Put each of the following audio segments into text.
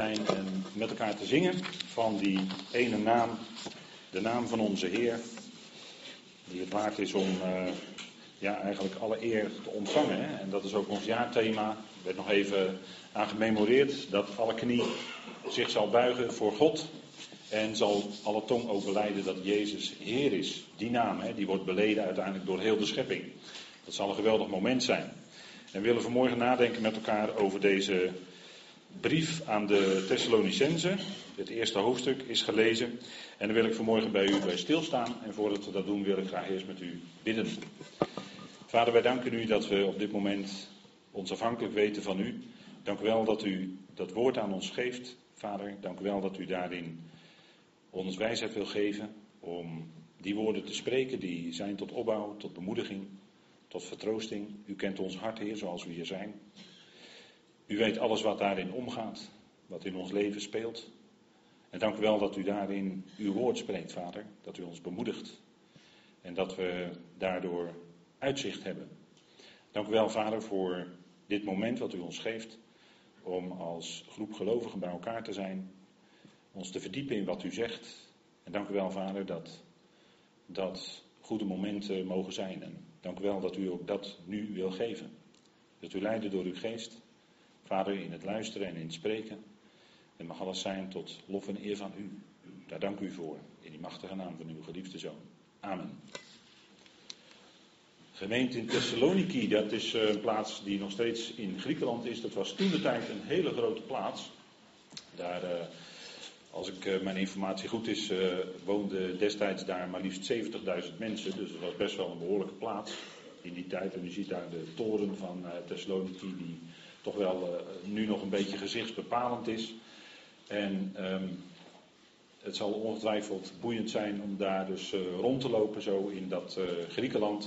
zijn en met elkaar te zingen van die ene naam, de naam van onze Heer, die het waard is om eigenlijk alle eer te ontvangen. Hè? En dat is ook ons jaarthema. Er werd nog even aan gememoreerd dat alle knie zich zal buigen voor God en zal alle tong ook belijden dat Jezus Heer is. Die naam, die wordt beleden uiteindelijk door heel de schepping. Dat zal een geweldig moment zijn. En we willen vanmorgen nadenken met elkaar over deze brief aan de Thessalonicenzen. Het eerste hoofdstuk is gelezen. En daar wil ik vanmorgen bij u bij stilstaan. En voordat we dat doen wil ik graag eerst met u bidden. Vader, wij danken u dat we op dit moment ons afhankelijk weten van u. Dank u wel dat u dat woord aan ons geeft. Vader, dank u wel dat u daarin ons wijsheid wil geven. Om die woorden te spreken die zijn tot opbouw, tot bemoediging, tot vertroosting. U kent ons hart, Heer, zoals we hier zijn. U weet alles wat daarin omgaat, wat in ons leven speelt. En dank u wel dat u daarin uw woord spreekt, Vader. Dat u ons bemoedigt. En dat we daardoor uitzicht hebben. Dank u wel, Vader, voor dit moment wat u ons geeft. Om als groep gelovigen bij elkaar te zijn. Ons te verdiepen in wat u zegt. En dank u wel, Vader, dat goede momenten mogen zijn. En dank u wel dat u ook dat nu wil geven. Dat u leidt door uw geest. Vader, in het luisteren en in het spreken. En mag alles zijn tot lof en eer van u. Daar dank u voor. In die machtige naam van uw geliefde Zoon. Amen. Gemeente in Thessaloniki, dat is een plaats die nog steeds in Griekenland is. Dat was toentertijd een hele grote plaats. Daar, als mijn informatie goed is, woonden destijds daar maar liefst 70.000 mensen. Dus het was best wel een behoorlijke plaats in die tijd. En u ziet daar de toren van Thessaloniki die toch wel nu nog een beetje gezichtsbepalend is. En het zal ongetwijfeld boeiend zijn om daar dus rond te lopen zo in dat Griekenland.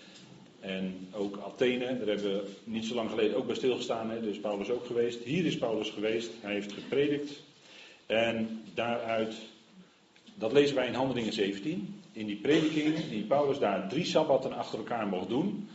En ook Athene, daar hebben we niet zo lang geleden ook bij stilgestaan. Hè? Dus Paulus ook geweest. Hier is Paulus geweest. Hij heeft gepredikt. En daaruit, dat lezen wij in Handelingen 17. In die prediking die Paulus daar 3 sabbatten achter elkaar mocht doen,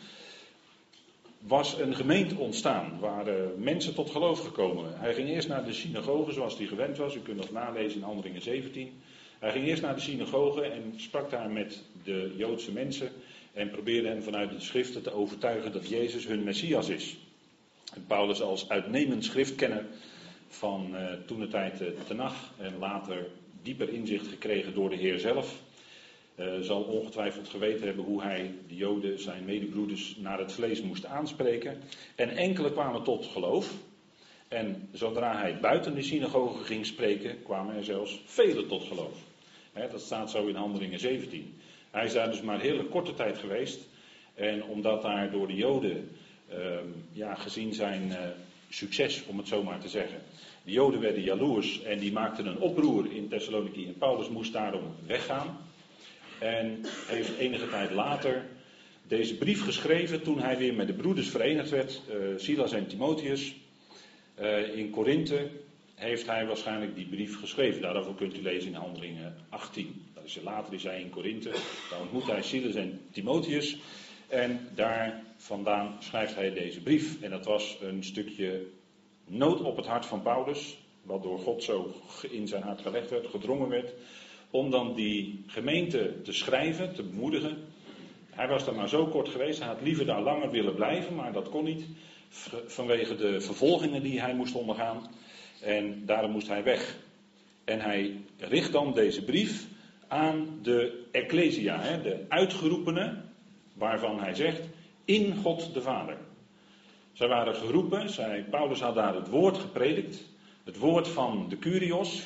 was een gemeente ontstaan, waren mensen tot geloof gekomen. Hij ging eerst naar de synagoge zoals hij gewend was, u kunt dat nalezen in Handelingen 17. Hij ging eerst naar de synagoge en sprak daar met de Joodse mensen en probeerde hen vanuit de schriften te overtuigen dat Jezus hun Messias is. En Paulus als uitnemend schriftkenner van toentertijd de Tenach en later dieper inzicht gekregen door de Heer zelf, zal ongetwijfeld geweten hebben hoe hij de Joden, zijn medebroeders, naar het vlees moest aanspreken. En enkele kwamen tot geloof. En zodra hij buiten de synagoge ging spreken, kwamen er zelfs velen tot geloof. Dat staat zo in Handelingen 17. Hij is daar dus maar een hele korte tijd geweest. En omdat daar door de Joden, gezien zijn succes, om het zo maar te zeggen. De Joden werden jaloers en die maakten een oproer in Thessaloniki. En Paulus moest daarom weggaan. En heeft enige tijd later deze brief geschreven toen hij weer met de broeders verenigd werd, Silas en Timotheus. In Korinthe heeft hij waarschijnlijk die brief geschreven. Daarover kunt u lezen in Handelingen 18. Dat is later, is hij in Korinthe. Daar ontmoet hij Silas en Timotheus. En daar vandaan schrijft hij deze brief. En dat was een stukje nood op het hart van Paulus, wat door God zo in zijn hart gelegd werd, gedrongen werd, om dan die gemeente te schrijven, te bemoedigen. Hij was daar maar zo kort geweest, hij had liever daar langer willen blijven, maar dat kon niet, vanwege de vervolgingen die hij moest ondergaan. En daarom moest hij weg. En hij richt dan deze brief aan de Ecclesia, de uitgeroepenen, waarvan hij zegt, in God de Vader. Zij waren geroepen, Paulus had daar het woord gepredikt, het woord van de Kyrios.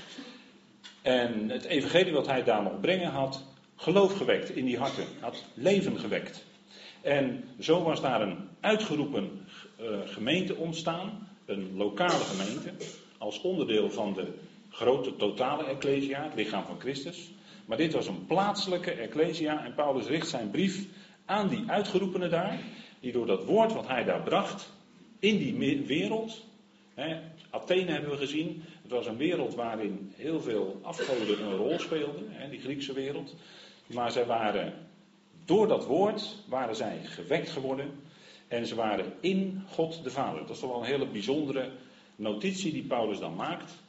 En het evangelie wat hij daar mocht brengen had geloof gewekt in die harten, had leven gewekt. En zo was daar een uitgeroepen gemeente ontstaan, een lokale gemeente, als onderdeel van de grote totale Ecclesia, het lichaam van Christus. Maar dit was een plaatselijke Ecclesia en Paulus richt zijn brief aan die uitgeroepenen daar, die door dat woord wat hij daar bracht, in die wereld, Athene hebben we gezien, het was een wereld waarin heel veel afgoden een rol speelden, die Griekse wereld. Maar zij waren, door dat woord, waren zij gewekt geworden en ze waren in God de Vader. Dat is toch wel een hele bijzondere notitie die Paulus dan maakt.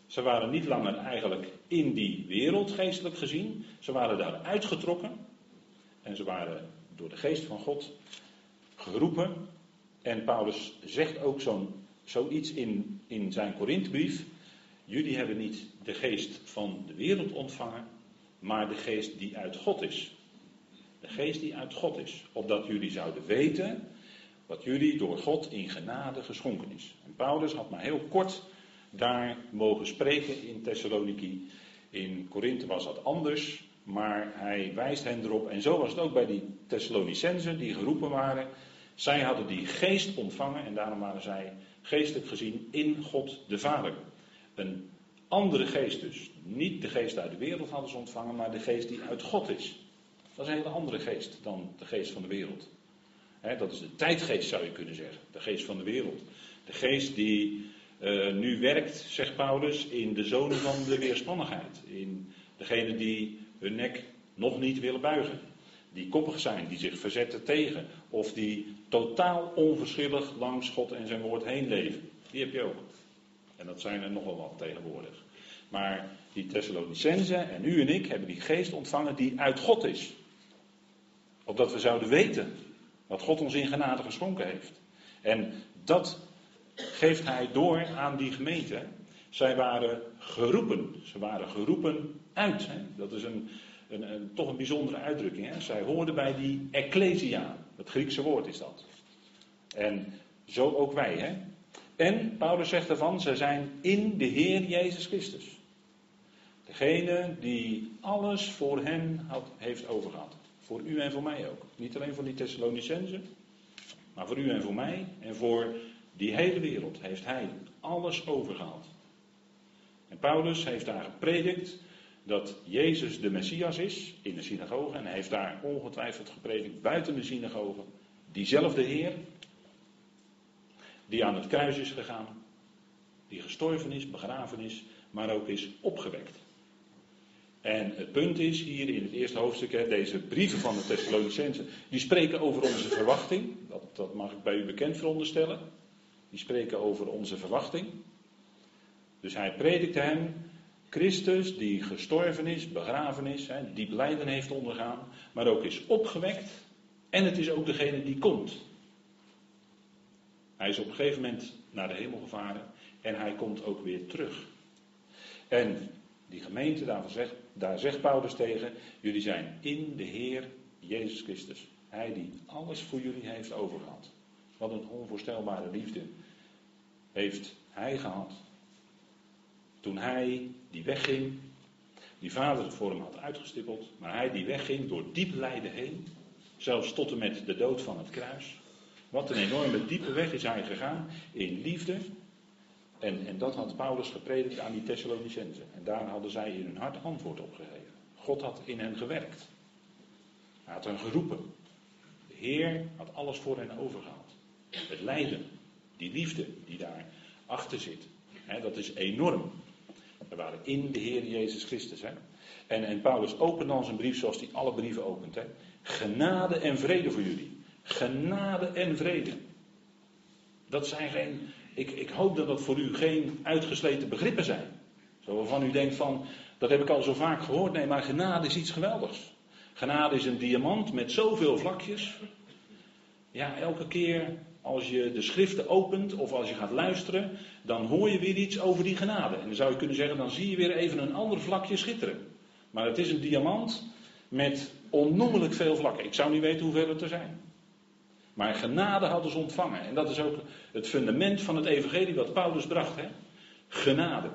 Ze waren niet langer eigenlijk in die wereld geestelijk gezien. Ze waren daar uitgetrokken. En ze waren door de geest van God geroepen. En Paulus zegt ook zoiets in zijn Korinthebrief. Jullie hebben niet de geest van de wereld ontvangen, maar de geest die uit God is. De geest die uit God is. Opdat jullie zouden weten wat jullie door God in genade geschonken is. En Paulus had maar heel kort daar mogen spreken in Thessaloniki. In Korinthe was dat anders, maar hij wijst hen erop. En zo was het ook bij die Thessalonicenzen die geroepen waren. Zij hadden die geest ontvangen en daarom waren zij geestelijk gezien in God de Vader. Een andere geest dus. Niet de geest uit de wereld hadden ze ontvangen, maar de geest die uit God is. Dat is een hele andere geest dan de geest van de wereld. Dat is de tijdgeest, zou je kunnen zeggen. De geest van de wereld. De geest die nu werkt, zegt Paulus, in de zonen van de weerspannigheid. In degenen die hun nek nog niet willen buigen. Die koppig zijn, die zich verzetten tegen. Of die totaal onverschillig langs God en zijn woord heen leven. Die heb je ook. En dat zijn er nogal wat tegenwoordig. Maar die Thessalonicenzen en u en ik hebben die geest ontvangen die uit God is. Opdat we zouden weten wat God ons in genade geschonken heeft. En dat geeft hij door aan die gemeente. Zij waren geroepen. Ze waren geroepen uit. Hè. Dat is toch een bijzondere uitdrukking. Hè. Zij hoorden bij die ecclesia. Het Griekse woord is dat. En zo ook wij. Hè. En Paulus zegt ervan, zij zijn in de Heer Jezus Christus. Degene die alles voor hen heeft overgehad. Voor u en voor mij ook. Niet alleen voor die Thessalonicenzen, maar voor u en voor mij. En voor die hele wereld heeft hij alles overgehaald. En Paulus heeft daar gepredikt dat Jezus de Messias is in de synagoge. En hij heeft daar ongetwijfeld gepredikt buiten de synagoge. Diezelfde Heer die aan het kruis is gegaan. Die gestorven is, begraven is, maar ook is opgewekt. En het punt is hier in het eerste hoofdstuk, deze brieven van de Thessalonicenzen, die spreken over onze verwachting. Dat mag ik bij u bekend veronderstellen. Die spreken over onze verwachting. Dus hij predikte hem, Christus die gestorven is, begraven is, diep lijden heeft ondergaan, maar ook is opgewekt. En het is ook degene die komt. Hij is op een gegeven moment naar de hemel gevaren en hij komt ook weer terug. En die gemeente, daar zegt Paulus tegen, jullie zijn in de Heer Jezus Christus. Hij die alles voor jullie heeft overgehad. Wat een onvoorstelbare liefde heeft hij gehad. Toen hij die wegging, die vader het voor hem had uitgestippeld, maar hij die wegging door diep lijden heen, zelfs tot en met de dood van het kruis. Wat een enorme diepe weg is hij gegaan in liefde. En dat had Paulus gepredikt aan die Thessalonicenzen. En daar hadden zij in hun hart antwoord op gegeven. God had in hen gewerkt. Hij had hen geroepen. De Heer had alles voor hen overgehaald. Het lijden, die liefde die daar achter zit. Dat is enorm. We waren in de Heer Jezus Christus. En Paulus opent dan zijn brief zoals hij alle brieven opent. Genade en vrede voor jullie. Genade en vrede. Dat zijn geen... Ik hoop dat dat voor u geen uitgesleten begrippen zijn. Zo waarvan u denkt van, dat heb ik al zo vaak gehoord. Nee, maar genade is iets geweldigs. Genade is een diamant met zoveel vlakjes. Ja, elke keer als je de schriften opent of als je gaat luisteren, dan hoor je weer iets over die genade. En dan zou je kunnen zeggen, dan zie je weer even een ander vlakje schitteren. Maar het is een diamant met onnoemelijk veel vlakken. Ik zou niet weten hoeveel het er zijn. Maar genade hadden ze ontvangen. En dat is ook het fundament van het evangelie wat Paulus bracht. Genade.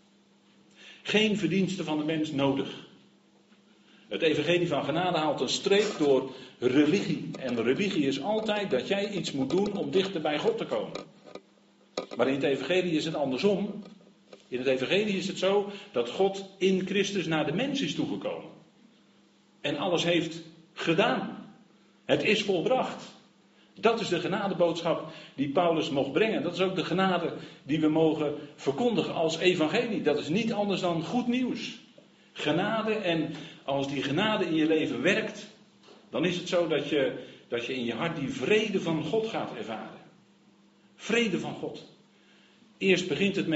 Geen verdienste van de mens nodig. Het evangelie van genade haalt een streep door religie. En religie is altijd dat jij iets moet doen om dichter bij God te komen. Maar in het evangelie is het andersom. In het evangelie is het zo dat God in Christus naar de mens is toegekomen. En alles heeft gedaan. Het is volbracht. Dat is de genadeboodschap die Paulus mocht brengen. Dat is ook de genade die we mogen verkondigen als evangelie. Dat is niet anders dan goed nieuws. Genade, en als die genade in je leven werkt, dan is het zo dat je in je hart die vrede van God gaat ervaren. Vrede van God. Eerst begint het met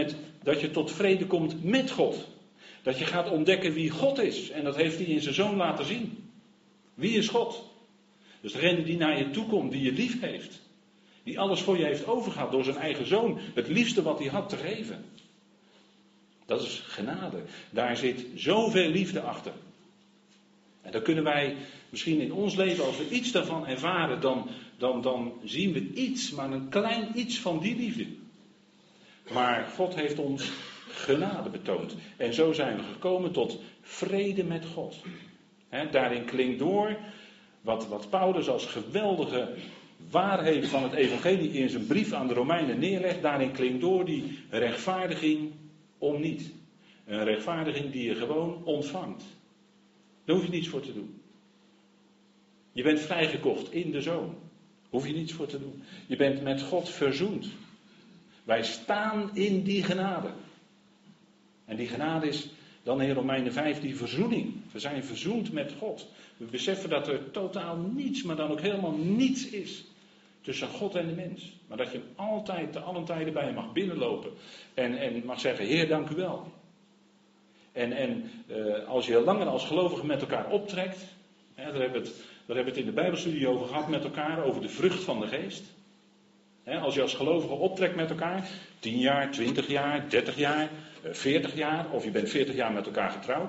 Dat je tot vrede komt met God. Dat je gaat ontdekken wie God is. En dat heeft hij in zijn zoon laten zien. Wie is God? Dus degene die naar je toe komt, die je lief heeft. Die alles voor je heeft overgehad door zijn eigen zoon. Het liefste wat hij had te geven. Dat is genade. Daar zit zoveel liefde achter. En dan kunnen wij misschien in ons leven, als we iets daarvan ervaren, dan zien we iets, maar een klein iets van die liefde. Maar God heeft ons genade betoond. En zo zijn we gekomen tot vrede met God. Daarin klinkt door wat Paulus als geweldige waarheden van het evangelie in zijn brief aan de Romeinen neerlegt. Daarin klinkt door die rechtvaardiging om niet. Een rechtvaardiging die je gewoon ontvangt. Daar hoef je niets voor te doen. Je bent vrijgekocht in de Zoon. Hoef je niets voor te doen. Je bent met God verzoend. Wij staan in die genade. En die genade is dan in Romeinen 5 die verzoening. We zijn verzoend met God. We beseffen dat er totaal niets, maar dan ook helemaal niets is tussen God en de mens. Maar dat je hem altijd, te allen tijden bij hem mag binnenlopen. En mag zeggen, Heer, dank u wel. En als je langer als gelovige met elkaar optrekt. Daar hebben we het in de Bijbelstudie over gehad met elkaar. Over de vrucht van de geest. Als je als gelovige optrekt met elkaar. 10 jaar, 20 jaar, 30 jaar, 40 jaar. Of je bent 40 jaar met elkaar getrouwd.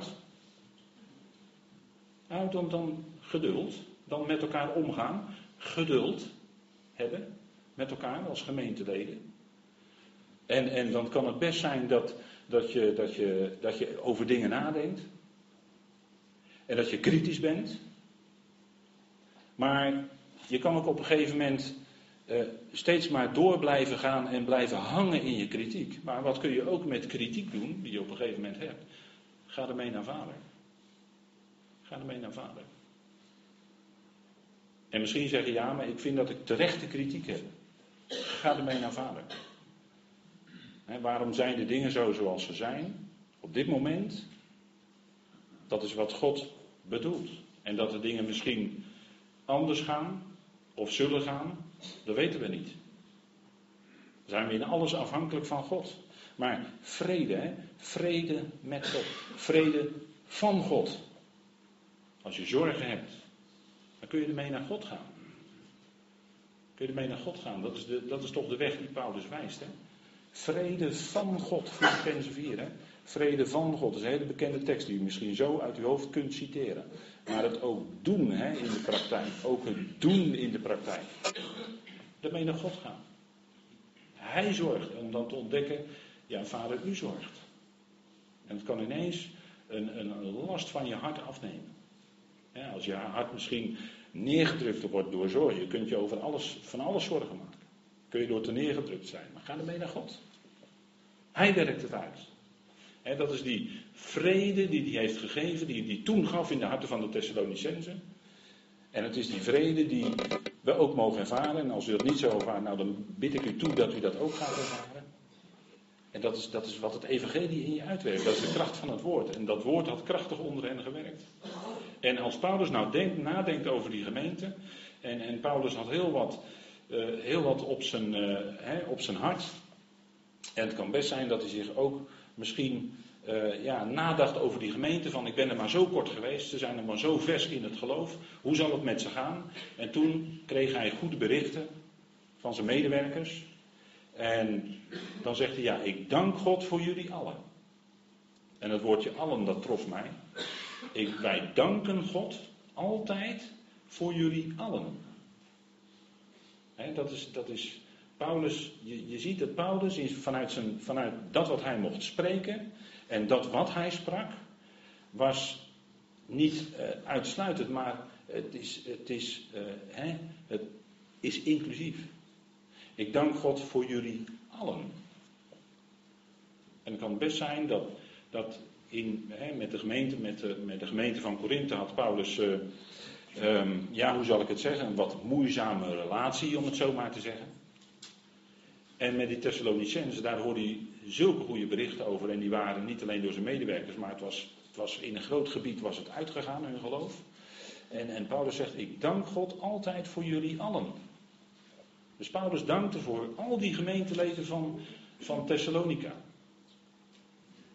Nou, dan geduld. Dan met elkaar omgaan. Geduld hebben. Met elkaar als gemeenteleden. En dan kan het best zijn dat je over dingen nadenkt. En dat je kritisch bent. Maar je kan ook op een gegeven moment steeds maar door blijven gaan en blijven hangen in je kritiek. Maar wat kun je ook met kritiek doen, die je op een gegeven moment hebt? Ga ermee naar Vader. Ga ermee naar Vader. En misschien zeg je, ja, maar ik vind dat ik terechte kritiek heb. Ga ermee naar Vader. Waarom zijn de dingen zo zoals ze zijn? Op dit moment. Dat is wat God bedoelt. En dat de dingen misschien anders gaan. Of zullen gaan. Dat weten we niet. Dan zijn we in alles afhankelijk van God. Maar vrede, vrede met God. Vrede van God. Als je zorgen hebt. Dan kun je ermee naar God gaan. Kun je ermee naar God gaan. Dat is toch de weg die Paulus wijst. Hè? Vrede van God, Filippenzen 4. Hè? Vrede van God, dat is een hele bekende tekst die u misschien zo uit uw hoofd kunt citeren. Maar het ook doen in de praktijk. Ook het doen in de praktijk. Daarmee naar God gaan. Hij zorgt om dan te ontdekken, ja, Vader, u zorgt. En het kan ineens een last van je hart afnemen. Ja, als je hart misschien neergedrukt wordt door zorgen. Je kunt je over van alles zorgen maken. Kun je door te neergedrukt zijn. Maar ga ermee naar God. Hij werkt het uit. Dat is die vrede die hij heeft gegeven. Die hij toen gaf in de harten van de Thessalonicenzen. En het is die vrede die we ook mogen ervaren. En als u dat niet zo ervaart, nou dan bid ik u toe dat u dat ook gaat ervaren. En dat is wat het evangelie in je uitwerkt. Dat is de kracht van het woord. En dat woord had krachtig onder hen gewerkt. En als Paulus nou nadenkt over die gemeente. En Paulus had heel wat op zijn hart. En het kan best zijn dat hij zich ook misschien nadacht over die gemeente. Van ik ben er maar zo kort geweest. Ze zijn er maar zo vers in het geloof. Hoe zal het met ze gaan? En toen kreeg hij goede berichten van zijn medewerkers. En dan zegt hij, ja, ik dank God voor jullie allen. En het woordje allen, dat trof mij. Wij danken God altijd voor jullie allen. Dat is Paulus, je ziet dat Paulus vanuit dat wat hij mocht spreken en dat wat hij sprak, was niet uitsluitend, maar het is inclusief. Ik dank God voor jullie allen. En het kan best zijn dat met de gemeente van Korinthe had Paulus, hoe zal ik het zeggen, een wat moeizame relatie, om het zo maar te zeggen. En met die Thessalonicenzen, daar hoorde hij zulke goede berichten over. En die waren niet alleen door zijn medewerkers, maar het was in een groot gebied was het uitgegaan, hun geloof. En Paulus zegt, ik dank God altijd voor jullie allen. Dus Paulus dankte voor al die gemeenteleden van Thessalonica.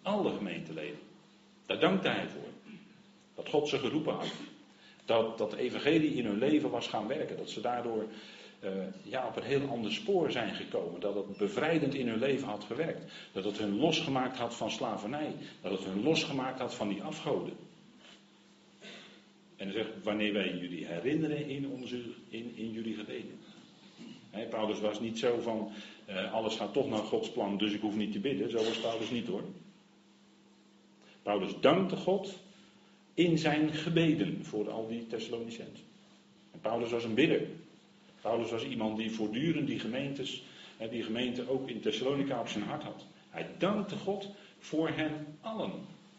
Alle gemeenteleden. Daar dankte hij voor. Dat God ze geroepen had. Dat de evangelie in hun leven was gaan werken. Dat ze daardoor op een heel ander spoor zijn gekomen. Dat het bevrijdend in hun leven had gewerkt. Dat het hun losgemaakt had van slavernij. Dat het hun losgemaakt had van die afgoden. En hij zegt, wanneer wij jullie herinneren in jullie gebeden. Paulus was niet zo van, alles gaat toch naar Gods plan, dus ik hoef niet te bidden. Zo was Paulus niet hoor. Paulus dankte God in zijn gebeden voor al die Thessalonicenzen. En Paulus was een bidder. Paulus was iemand die voortdurend die gemeente ook in Thessalonica op zijn hart had. Hij dankte God voor hen allen.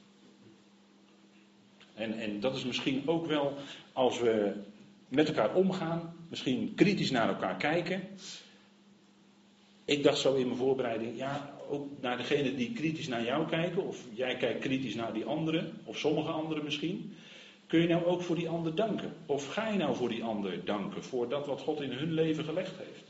En dat is misschien ook wel, als we met elkaar omgaan, misschien kritisch naar elkaar kijken. Ik dacht zo in mijn voorbereiding, ook naar degene die kritisch naar jou kijken, of jij kijkt kritisch naar die anderen, of sommige anderen misschien. Kun je nou ook voor die ander danken? Of ga je nou voor die ander danken, voor dat wat God in hun leven gelegd heeft?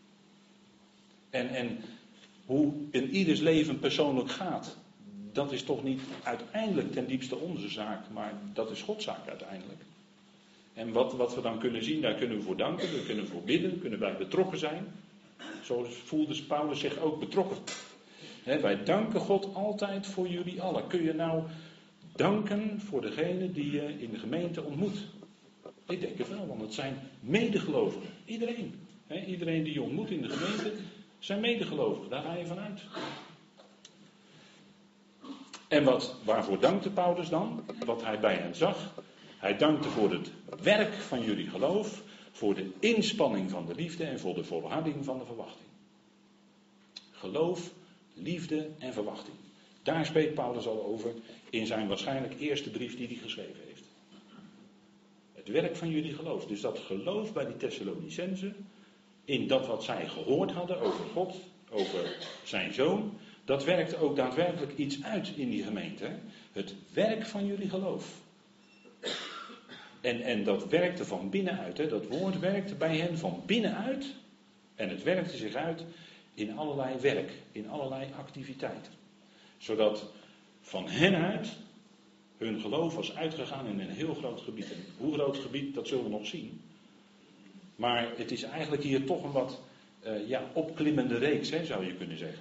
En hoe in ieders leven persoonlijk gaat, dat is toch niet uiteindelijk ten diepste onze zaak, maar dat is Gods zaak uiteindelijk. En wat we dan kunnen zien, daar kunnen we voor danken, daar kunnen we voor bidden, kunnen wij betrokken zijn. Zo voelde Paulus zich ook betrokken. Wij danken God altijd voor jullie allen. Kun je nou danken voor degene die je in de gemeente ontmoet? Ik denk het wel, want het zijn medegelovigen. Iedereen. Iedereen die je ontmoet in de gemeente zijn medegelovigen. Daar ga je vanuit. En waarvoor dankte Paulus dan? Wat hij bij hen zag. Hij dankte voor het werk van jullie geloof, voor de inspanning van de liefde en voor de volharding van de verwachting. Geloof, liefde en verwachting. Daar spreekt Paulus al over in zijn waarschijnlijk eerste brief die hij geschreven heeft. Het werk van jullie geloof. Dus dat geloof bij die Thessalonicenzen, in dat wat zij gehoord hadden over God, over zijn zoon, dat werkte ook daadwerkelijk iets uit in die gemeente. Het werk van jullie geloof. En dat werkte van binnenuit. Dat woord werkte bij hen van binnenuit. En het werkte zich uit in allerlei werk, in allerlei activiteiten. Zodat van hen uit hun geloof was uitgegaan in een heel groot gebied. En hoe groot gebied, dat zullen we nog zien. Maar het is eigenlijk hier toch een wat opklimmende reeks, zou je kunnen zeggen.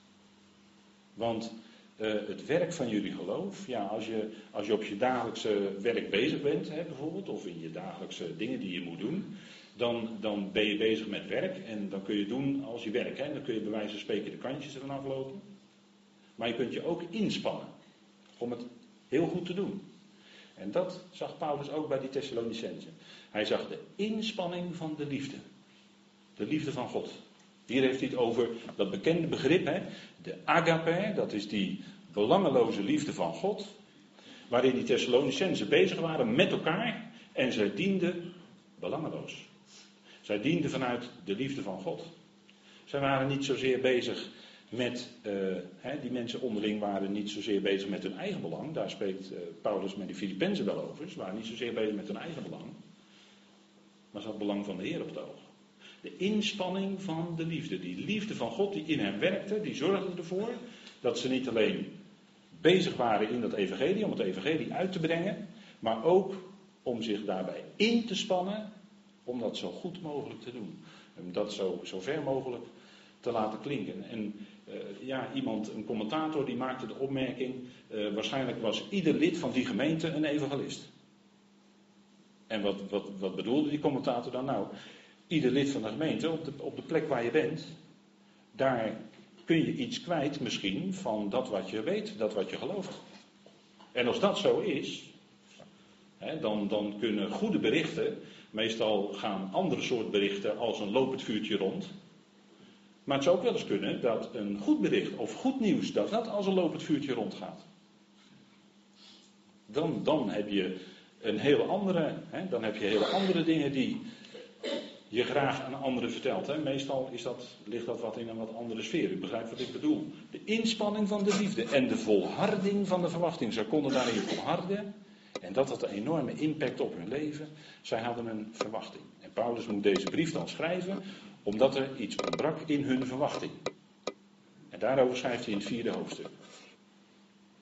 Want het werk van jullie geloof, als je op je dagelijkse werk bezig bent, bijvoorbeeld, of in je dagelijkse dingen die je moet doen, dan ben je bezig met werk en dan kun je doen als je werk. Dan kun je bij wijze van spreken de kantjes ervan aflopen. Maar je kunt je ook inspannen om het heel goed te doen. En dat zag Paulus ook bij die Thessalonicenzen. Hij zag de inspanning van de liefde. De liefde van God. Hier heeft hij het over dat bekende begrip, de agape, dat is die belangeloze liefde van God, waarin die Thessalonicenzen bezig waren met elkaar en zij dienden belangeloos. Zij dienden vanuit de liefde van God. Zij waren niet zozeer bezig met, die mensen onderling waren niet zozeer bezig met hun eigen belang, daar spreekt Paulus met die Filippenzen wel over, ze waren niet zozeer bezig met hun eigen belang, maar ze had het belang van de Heer op het oog. De inspanning van de liefde. Die liefde van God die in hen werkte, die zorgde ervoor dat ze niet alleen bezig waren in dat evangelie, om het evangelie uit te brengen, maar ook om zich daarbij in te spannen, om dat zo goed mogelijk te doen. Om dat zo ver mogelijk te laten klinken. En een commentator die maakte de opmerking, waarschijnlijk was ieder lid van die gemeente een evangelist. En wat bedoelde die commentator dan nou? Ieder lid van de gemeente, op de plek waar je bent, daar kun je iets kwijt misschien van dat wat je weet, dat wat je gelooft. En als dat zo is, dan kunnen goede berichten, meestal gaan andere soort berichten als een lopend vuurtje rond. Maar het zou ook wel eens kunnen dat een goed bericht of goed nieuws, dat als een lopend vuurtje rondgaat. Dan heb je een hele andere, hele andere dingen die je graag aan anderen vertelt. Meestal ligt dat wat in een wat andere sfeer. U begrijpt wat ik bedoel. De inspanning van de liefde en de volharding van de verwachting. Zij konden daarin volharden. En dat had een enorme impact op hun leven. Zij hadden een verwachting. En Paulus moet deze brief dan schrijven, omdat er iets ontbrak in hun verwachting. En daarover schrijft hij in het 4e hoofdstuk.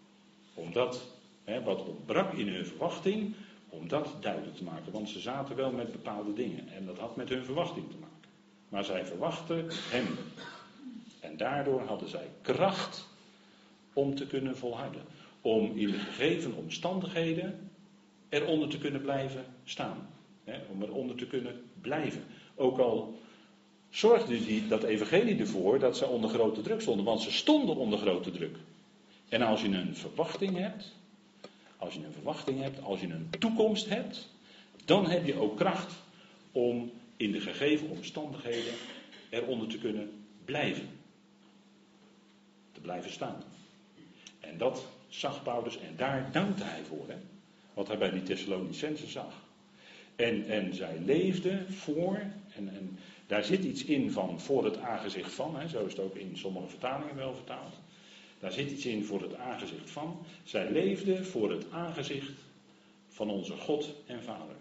Om dat, wat ontbrak in hun verwachting, om dat duidelijk te maken. Want ze zaten wel met bepaalde dingen. En dat had met hun verwachting te maken. Maar zij verwachten hem. En daardoor hadden zij kracht om te kunnen volharden. Om in de gegeven omstandigheden eronder te kunnen blijven staan. Om eronder te kunnen blijven. Ook al zorgde dat evangelie ervoor dat ze onder grote druk stonden. Want ze stonden onder grote druk. En als je een verwachting hebt, als je een toekomst hebt, dan heb je ook kracht om in de gegeven omstandigheden eronder te kunnen blijven. Te blijven staan. En dat zag Paulus en daar dankte hij voor. Wat hij bij die Thessalonicenzen zag. En zij leefden voor, en daar zit iets in van voor het aangezicht van, zo is het ook in sommige vertalingen wel vertaald. Daar zit iets in voor het aangezicht van. Zij leefden voor het aangezicht van onze God en Vader.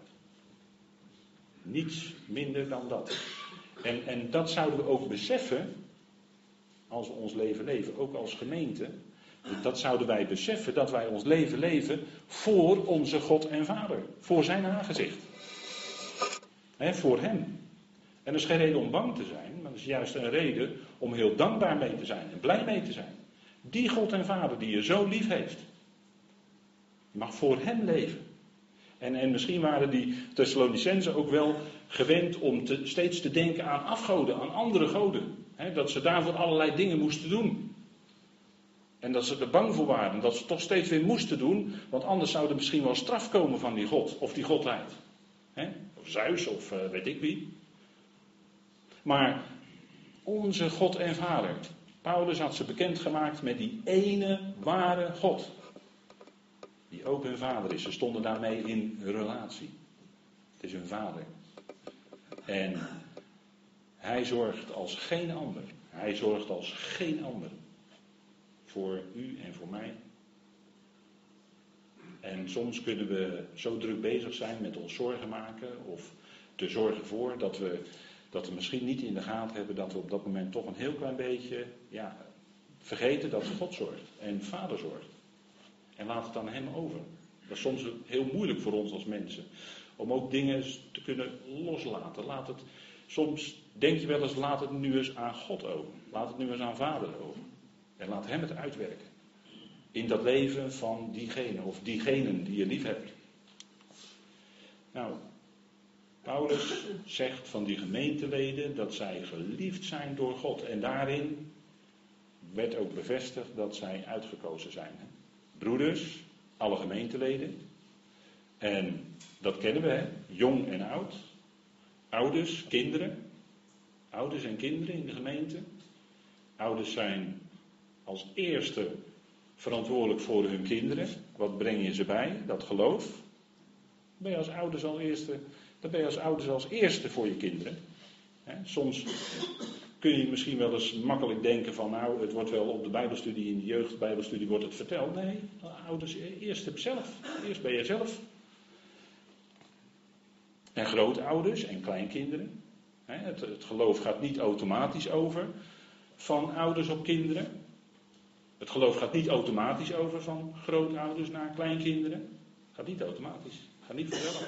Niets minder dan dat. En dat zouden we ook beseffen als we ons leven leven, ook als gemeente. Dat zouden wij beseffen, dat wij ons leven leven voor onze God en Vader. Voor zijn aangezicht. Voor hem. En dat is geen reden om bang te zijn, maar dat is juist een reden om heel dankbaar mee te zijn en blij mee te zijn. Die God en Vader die je zo lief heeft. Je mag voor hem leven. En misschien waren die Thessalonicenzen ook wel gewend om steeds te denken aan afgoden, aan andere goden. Dat ze daarvoor allerlei dingen moesten doen. En dat ze er bang voor waren, dat ze het toch steeds weer moesten doen, want anders zou er misschien wel straf komen van die God, of die godheid. Of Zeus, of weet ik wie. Maar onze God en Vader, Paulus had ze bekendgemaakt met die ene ware God. Die ook hun vader is. Ze stonden daarmee in relatie. Het is hun vader. En hij zorgt als geen ander. Hij zorgt als geen ander. Voor u en voor mij. En soms kunnen we zo druk bezig zijn met ons zorgen maken. Of te zorgen voor dat we misschien niet in de gaten hebben dat we op dat moment toch een heel klein beetje vergeten dat God zorgt. En Vader zorgt. En laat het aan hem over. Dat is soms heel moeilijk voor ons als mensen. Om ook dingen te kunnen loslaten. Soms denk je wel eens, laat het nu eens aan God over. Laat het nu eens aan Vader over. En laat hem het uitwerken. In dat leven van diegene of diegenen die je lief hebt. Nou, Paulus zegt van die gemeenteleden dat zij geliefd zijn door God. En daarin werd ook bevestigd dat zij uitgekozen zijn. Broeders, alle gemeenteleden. En dat kennen we, jong en oud. Ouders, kinderen. Ouders en kinderen in de gemeente. Ouders zijn als eerste verantwoordelijk voor hun kinderen. Wat breng je ze bij? Dat geloof. Dan ben je als ouders als eerste voor je kinderen. Soms kun je misschien wel eens makkelijk denken van het wordt wel op de Bijbelstudie, in de jeugdbijbelstudie wordt het verteld. Nee, ouders, eerst ben je zelf. En grootouders en kleinkinderen. Het geloof gaat niet automatisch over van ouders op kinderen. Het geloof gaat niet automatisch over van grootouders naar kleinkinderen. Gaat niet automatisch, gaat niet vanzelf.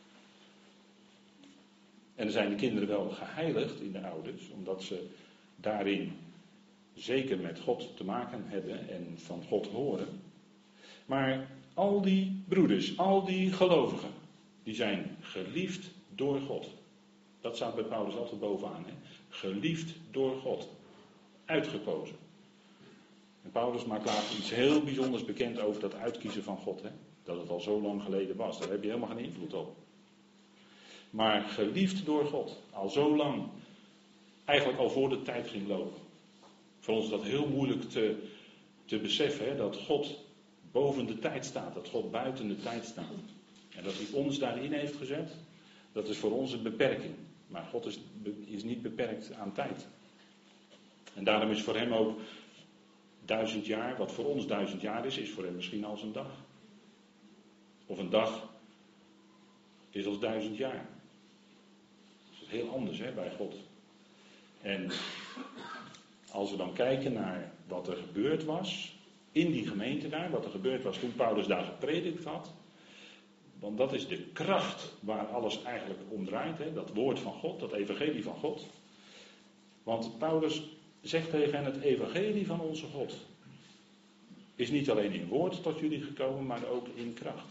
En dan zijn de kinderen wel geheiligd in de ouders, omdat ze daarin zeker met God te maken hebben en van God horen. Maar al die broeders, al die gelovigen, die zijn geliefd door God. Dat staat bij Paulus altijd bovenaan. Geliefd door God. Uitgekozen. En Paulus maakt later iets heel bijzonders bekend over dat uitkiezen van God. Dat het al zo lang geleden was. Daar heb je helemaal geen invloed op. Maar geliefd door God. Al zo lang. Eigenlijk al voor de tijd ging lopen. Voor ons is dat heel moeilijk te beseffen. Dat God boven de tijd staat. Dat God buiten de tijd staat. En dat hij ons daarin heeft gezet. Dat is voor ons een beperking. Maar God is niet beperkt aan tijd. En daarom is voor hem ook 1000 jaar. Wat voor ons 1000 jaar is voor hem misschien als een dag. Of een dag is als 1000 jaar. Dat is heel anders bij God. En als we dan kijken naar wat er gebeurd was. in die gemeente daar, wat er gebeurd was toen Paulus daar gepredikt had. Want dat is de kracht waar alles eigenlijk om draait, hè? Dat woord van God, dat evangelie van God. Want Paulus zegt tegen hen, het evangelie van onze God is niet alleen in woord tot jullie gekomen, maar ook in kracht.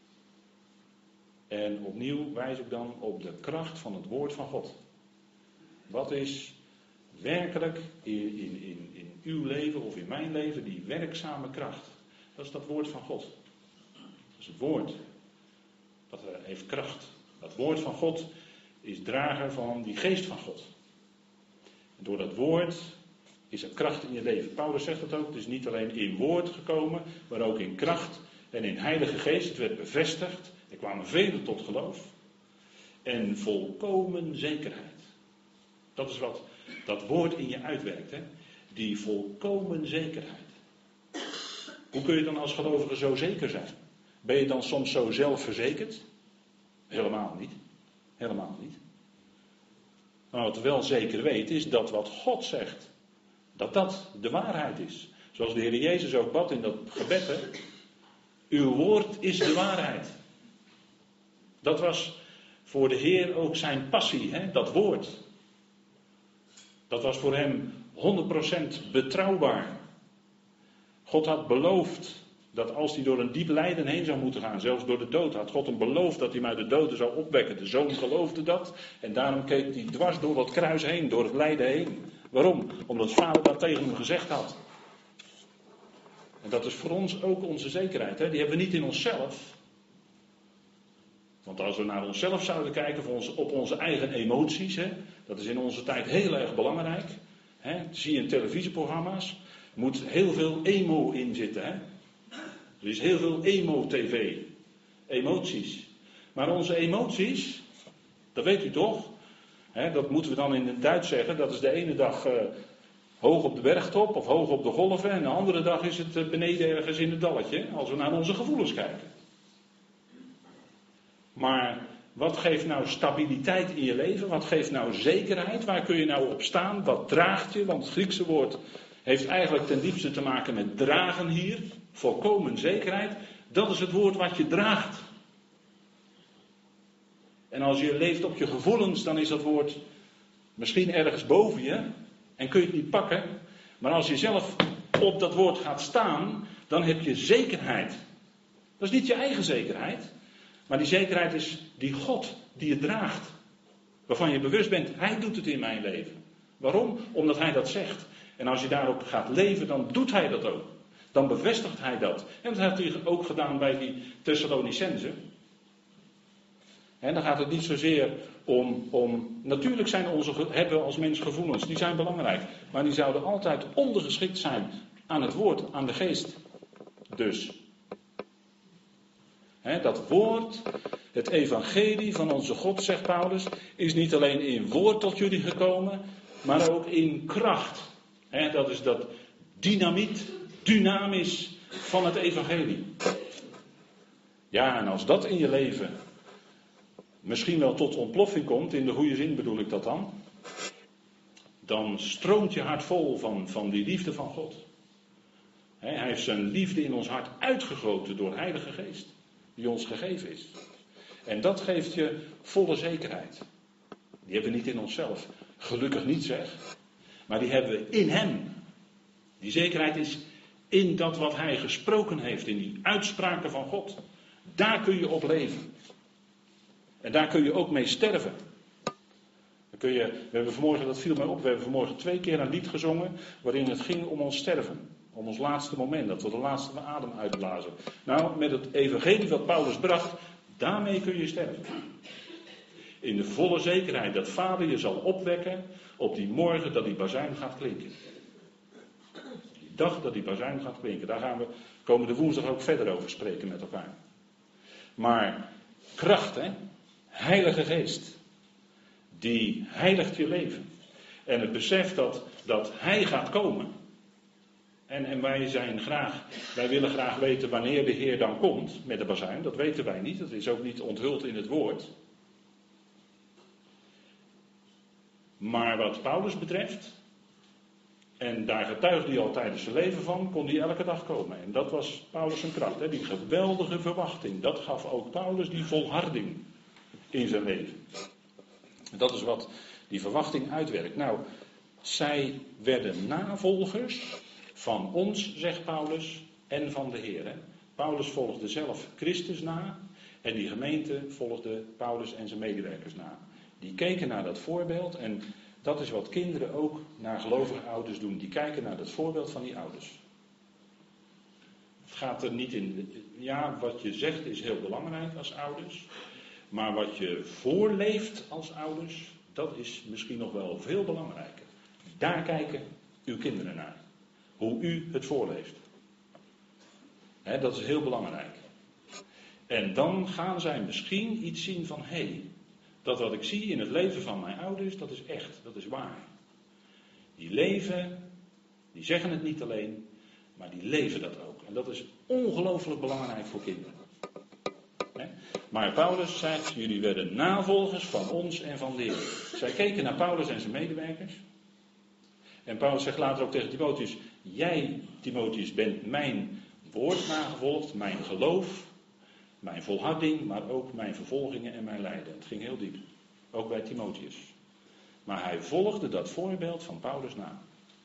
En opnieuw wijs ik dan op de kracht van het woord van God. Wat is werkelijk in uw leven of in mijn leven die werkzame kracht? Dat is dat woord van God. Dat is het woord. Dat heeft kracht. Dat woord van God is drager van die geest van God. En door dat woord is er kracht in je leven. Paulus zegt het ook, het is niet alleen in woord gekomen, maar ook in kracht en in heilige geest. Het werd bevestigd. Er kwamen velen tot geloof. En volkomen zekerheid. Dat is wat dat woord in je uitwerkt. Hè? Die volkomen zekerheid. Hoe kun je dan als gelovige zo zeker zijn? Ben je dan soms zo zelfverzekerd? Helemaal niet. Helemaal niet. Maar wat we wel zeker weten is dat wat God zegt, dat dat de waarheid is. Zoals de Heer Jezus ook bad in dat gebed. Hè? Uw woord is de waarheid. Dat was voor de Heer ook zijn passie, hè? Dat woord. Dat was voor hem 100% betrouwbaar. God had beloofd dat als hij door een diep lijden heen zou moeten gaan, zelfs door de dood, had God hem beloofd dat hij hem uit de doden zou opwekken. De zoon geloofde dat en daarom keek hij dwars door dat kruis heen, door het lijden heen. Waarom? Omdat vader dat tegen hem gezegd had. En dat is voor ons ook onze zekerheid. Hè? Die hebben we niet in onszelf. Want als we naar onszelf zouden kijken, op onze eigen emoties, hè, dat is in onze tijd heel erg belangrijk. Hè, dat zie je in televisieprogramma's. Er moet heel veel emo in zitten. Hè. Er is heel veel emo-tv. Emoties. Maar onze emoties, dat weet u toch? Hè, dat moeten we dan in het Duits zeggen. Dat is de ene dag hoog op de bergtop of hoog op de golven. En de andere dag is het beneden ergens in het dalletje. Als we naar onze gevoelens kijken. Maar wat geeft nou stabiliteit in je leven? Wat geeft nou zekerheid? Waar kun je nou op staan? Wat draagt je? Want het Griekse woord heeft eigenlijk ten diepste te maken met dragen hier. Volkomen zekerheid. Dat is het woord wat je draagt. En als je leeft op je gevoelens, dan is dat woord misschien ergens boven je. En kun je het niet pakken. Maar als je zelf op dat woord gaat staan, dan heb je zekerheid. Dat is niet je eigen zekerheid. Maar die zekerheid is die God die je draagt. Waarvan je bewust bent, hij doet het in mijn leven. Waarom? Omdat hij dat zegt. En als je daarop gaat leven, dan doet hij dat ook. Dan bevestigt hij dat. En dat heeft hij ook gedaan bij die Thessalonicenzen. En dan gaat het niet zozeer om natuurlijk hebben we als mens gevoelens, die zijn belangrijk. Maar die zouden altijd ondergeschikt zijn aan het woord, aan de geest. Dus. Dat woord, het evangelie van onze God, zegt Paulus, is niet alleen in woord tot jullie gekomen, maar ook in kracht. Dat is dat dynamisch van het evangelie. Ja, en als dat in je leven misschien wel tot ontploffing komt, in de goede zin bedoel ik dat dan stroomt je hart vol van die liefde van God. Hij heeft zijn liefde in ons hart uitgegoten door Heilige Geest. Die ons gegeven is. En dat geeft je volle zekerheid. Die hebben we niet in onszelf. Gelukkig niet zeg. Maar die hebben we in hem. Die zekerheid is in dat wat hij gesproken heeft. In die uitspraken van God. Daar kun je op leven. En daar kun je ook mee sterven. We hebben vanmorgen, dat viel mij op, we hebben vanmorgen 2 keer een lied gezongen waarin het ging om ons sterven. Om ons laatste moment, dat we de laatste adem uitblazen. Nou, met het evangelie wat Paulus bracht, daarmee kun je sterven. In de volle zekerheid dat Vader je zal opwekken op die morgen dat die bazuin gaat klinken. Die dag dat die bazuin gaat klinken. Daar gaan we komende woensdag ook verder over spreken met elkaar. Maar kracht, Heilige Geest. Die heiligt je leven. En het besef dat hij gaat komen. En wij willen graag weten wanneer de Heer dan komt met de bazuin. Dat weten wij niet. Dat is ook niet onthuld in het woord. Maar wat Paulus betreft, En daar getuigde hij al tijdens zijn leven van, kon hij elke dag komen. En dat was Paulus zijn kracht, hè? Die geweldige verwachting. Dat gaf ook Paulus die volharding in zijn leven. En dat is wat die verwachting uitwerkt. Nou, zij werden navolgers van ons, zegt Paulus, en van de Heer. Hè? Paulus volgde zelf Christus na en die gemeente volgde Paulus en zijn medewerkers na. Die keken naar dat voorbeeld en dat is wat kinderen ook naar gelovige ouders doen. Die kijken naar dat voorbeeld van die ouders. Het gaat er niet in. Ja, wat je zegt is heel belangrijk als ouders. Maar wat je voorleeft als ouders, dat is misschien nog wel veel belangrijker. Daar kijken uw kinderen naar. Hoe u het voorleeft. Dat is heel belangrijk. En dan gaan zij misschien iets zien van, dat wat ik zie in het leven van mijn ouders, dat is echt, dat is waar. Die leven, die zeggen het niet alleen, maar die leven dat ook. En dat is ongelooflijk belangrijk voor kinderen. Maar Paulus zegt, jullie werden navolgers van ons en van de Heer. Zij keken naar Paulus en zijn medewerkers. En Paulus zegt later ook tegen Timotheus, jij, Timotheus, bent mijn woord nagevolgd, mijn geloof, mijn volharding, maar ook mijn vervolgingen en mijn lijden. Het ging heel diep, ook bij Timotheus. Maar hij volgde dat voorbeeld van Paulus na.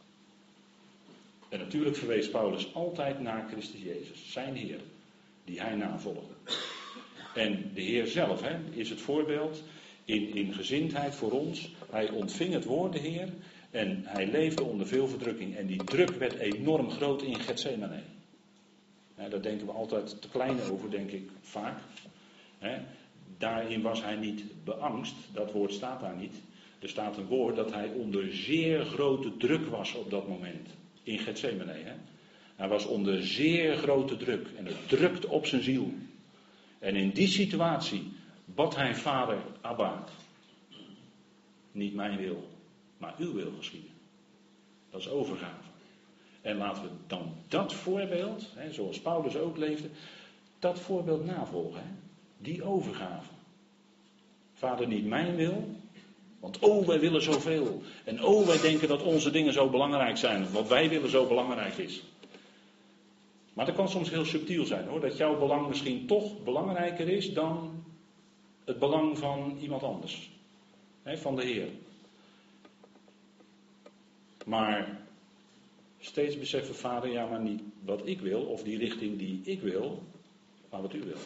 En natuurlijk verwees Paulus altijd naar Christus Jezus, zijn Heer, die hij navolgde. En de Heer zelf is het voorbeeld in gezindheid voor ons. Hij ontving het woord, de Heer, en hij leefde onder veel verdrukking. En die druk werd enorm groot in Getsemane. Daar denken we altijd te klein over, denk ik vaak. Daarin was hij niet beangst, dat woord staat daar niet. Er staat een woord dat hij onder zeer grote druk was op dat moment. In Getsemane. Hij was onder zeer grote druk en het drukte op zijn ziel. En in die situatie bad hij Vader, Abba, niet mijn wil, maar uw wil geschieden. Dat is overgave. En laten we dan dat voorbeeld, zoals Paulus ook leefde, dat voorbeeld navolgen. Die overgave. Vader, niet mijn wil, want wij willen zoveel. En wij denken dat onze dingen zo belangrijk zijn, wat wij willen zo belangrijk is. Maar dat kan soms heel subtiel zijn hoor, dat jouw belang misschien toch belangrijker is dan het belang van iemand anders. Van de Heer. Maar steeds beseffen, Vader, ja maar niet wat ik wil, of die richting die ik wil, maar wat u wil.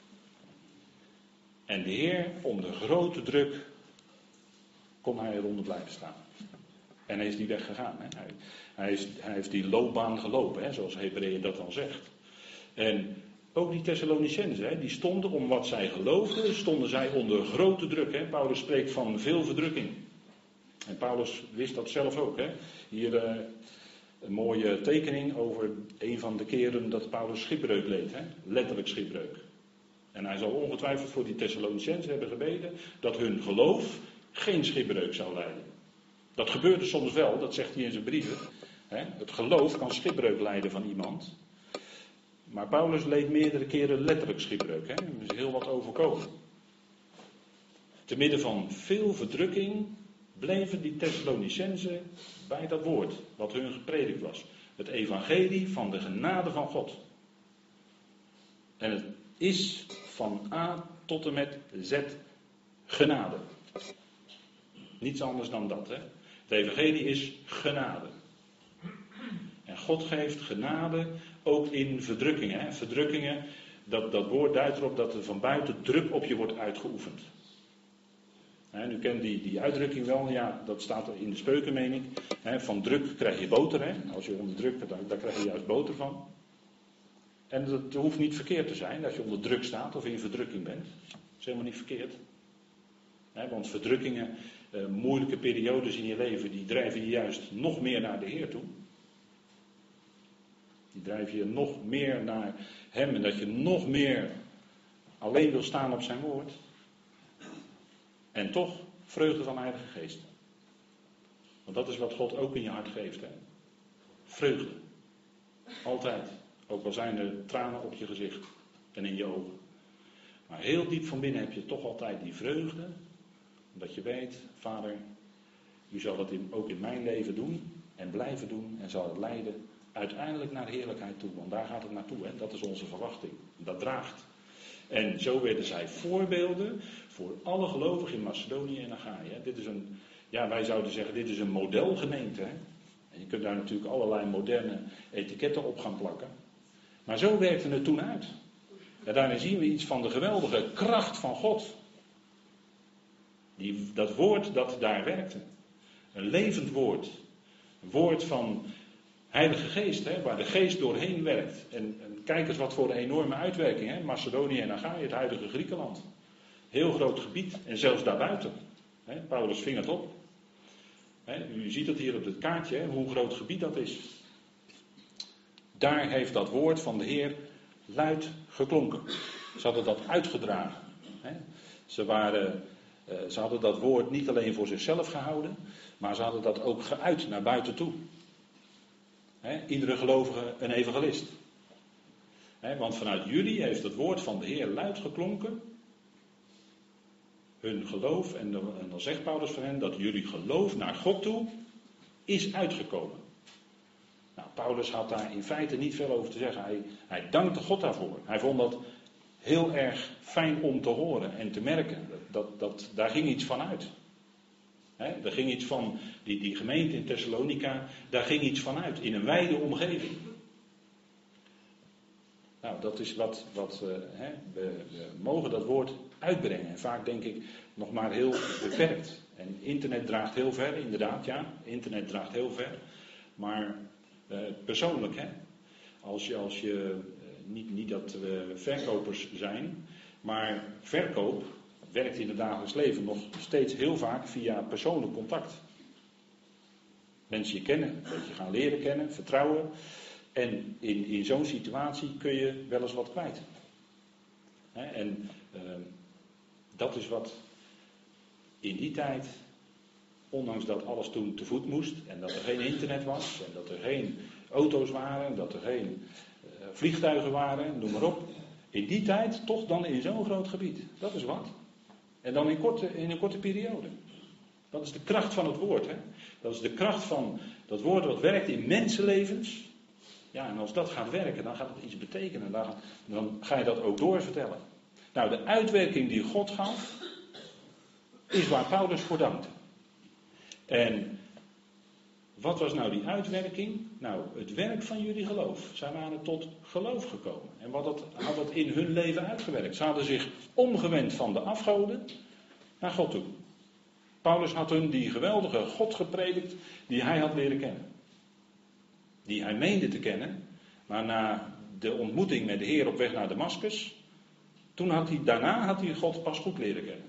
En de Heer, onder grote druk, kon hij eronder blijven staan. En hij is die weg gegaan. Hij heeft die loopbaan gelopen, zoals Hebreeën dat dan zegt. En ook die Thessalonicenzen, die stonden om wat zij geloofden, stonden zij onder grote druk. Paulus spreekt van veel verdrukking. En Paulus wist dat zelf ook. Hier een mooie tekening over een van de keren dat Paulus schipbreuk leed. Letterlijk schipbreuk. En hij zal ongetwijfeld voor die Thessalonicenzen hebben gebeden dat hun geloof geen schipbreuk zou leiden. Dat gebeurde soms wel, dat zegt hij in zijn brieven. Het geloof kan schipbreuk leiden van iemand. Maar Paulus leed meerdere keren letterlijk schipbreuk. Er is heel wat overkomen. Te midden van veel verdrukking bleven die Thessalonicenzen bij dat woord wat hun gepredikt was. Het evangelie van de genade van God. En het is van A tot en met Z genade. Niets anders dan dat. Het evangelie is genade. En God geeft genade ook in verdrukkingen. Verdrukkingen, dat woord duidt erop dat er van buiten druk op je wordt uitgeoefend. U kent die uitdrukking wel, ja, dat staat er in de Spreuken, meen ik. Van druk krijg je boter. Als je onder druk, daar krijg je juist boter van. En het hoeft niet verkeerd te zijn als je onder druk staat of in verdrukking bent. Dat is helemaal niet verkeerd. Want verdrukkingen, moeilijke periodes in je leven, die drijven je juist nog meer naar de Heer toe. Die drijven je nog meer naar Hem en dat je nog meer alleen wil staan op zijn woord. En toch vreugde van de Heilige Geest. Want dat is wat God ook in je hart geeft. Vreugde. Altijd. Ook al zijn er tranen op je gezicht en in je ogen. Maar heel diep van binnen heb je toch altijd die vreugde. Omdat je weet, Vader, u zal dat ook in mijn leven doen. en blijven doen en zal het leiden uiteindelijk naar heerlijkheid toe. Want daar gaat het naartoe, hè? Dat is onze verwachting. Dat draagt. En zo werden zij voorbeelden voor alle gelovigen in Macedonië en Achaïe. Dit is wij zouden zeggen, dit is een modelgemeente. Hè? En je kunt daar natuurlijk allerlei moderne etiketten op gaan plakken. Maar zo werkte het toen uit. En daarin zien we iets van de geweldige kracht van God. Dat woord dat daar werkte. Een levend woord. Een woord van Heilige Geest, hè, waar de Geest doorheen werkt. En kijk eens wat voor een enorme uitwerking. Hè? Macedonië en Achaïe, het huidige Griekenland. Heel groot gebied. En zelfs daarbuiten. Hè? Paulus ving het op. Hè? U ziet het hier op het kaartje, hè, hoe groot gebied dat is. Daar heeft dat woord van de Heer luid geklonken. Ze hadden dat uitgedragen. Hè? Ze hadden dat woord niet alleen voor zichzelf gehouden, maar ze hadden dat ook geuit naar buiten toe. Iedere gelovige een evangelist. Want vanuit jullie heeft het woord van de Heer luid geklonken. Hun geloof, en dan zegt Paulus van hen dat jullie geloof naar God toe is uitgekomen. Nou, Paulus had daar in feite niet veel over te zeggen. Hij dankte God daarvoor. Hij vond dat heel erg fijn om te horen en te merken. Daar ging iets van uit. Er ging iets van, die gemeente in Thessalonica, daar ging iets van uit. In een wijde omgeving. Nou, dat is we mogen dat woord uitbrengen. En vaak denk ik nog maar heel beperkt. En internet draagt heel ver, inderdaad, ja. Internet draagt heel ver. Maar persoonlijk, hè. Als je niet dat we verkopers zijn, maar verkoop werkt in het dagelijks leven nog steeds heel vaak via persoonlijk contact. Mensen je kennen, dat je gaan leren kennen, vertrouwen. En in zo'n situatie kun je wel eens wat kwijt. En dat is wat in die tijd, ondanks dat alles toen te voet moest en dat er geen internet was en dat er geen auto's waren, dat er geen vliegtuigen waren, noem maar op. In die tijd toch dan in zo'n groot gebied. Dat is wat. En dan in een korte periode. Dat is de kracht van het woord. Hè? Dat is de kracht van dat woord wat werkt in mensenlevens. Ja, en als dat gaat werken, dan gaat het iets betekenen. Dan ga je dat ook doorvertellen. Nou, de uitwerking die God gaf, is waar Paulus voor dankte. En wat was nou die uitwerking? Nou, het werk van jullie geloof. Zij waren tot geloof gekomen. En wat had dat in hun leven uitgewerkt? Ze hadden zich omgewend van de afgoden naar God toe. Paulus had hun die geweldige God gepredikt die hij had leren kennen. Die hij meende te kennen, maar na de ontmoeting met de Heer op weg naar Damascus, daarna had hij God pas goed leren kennen.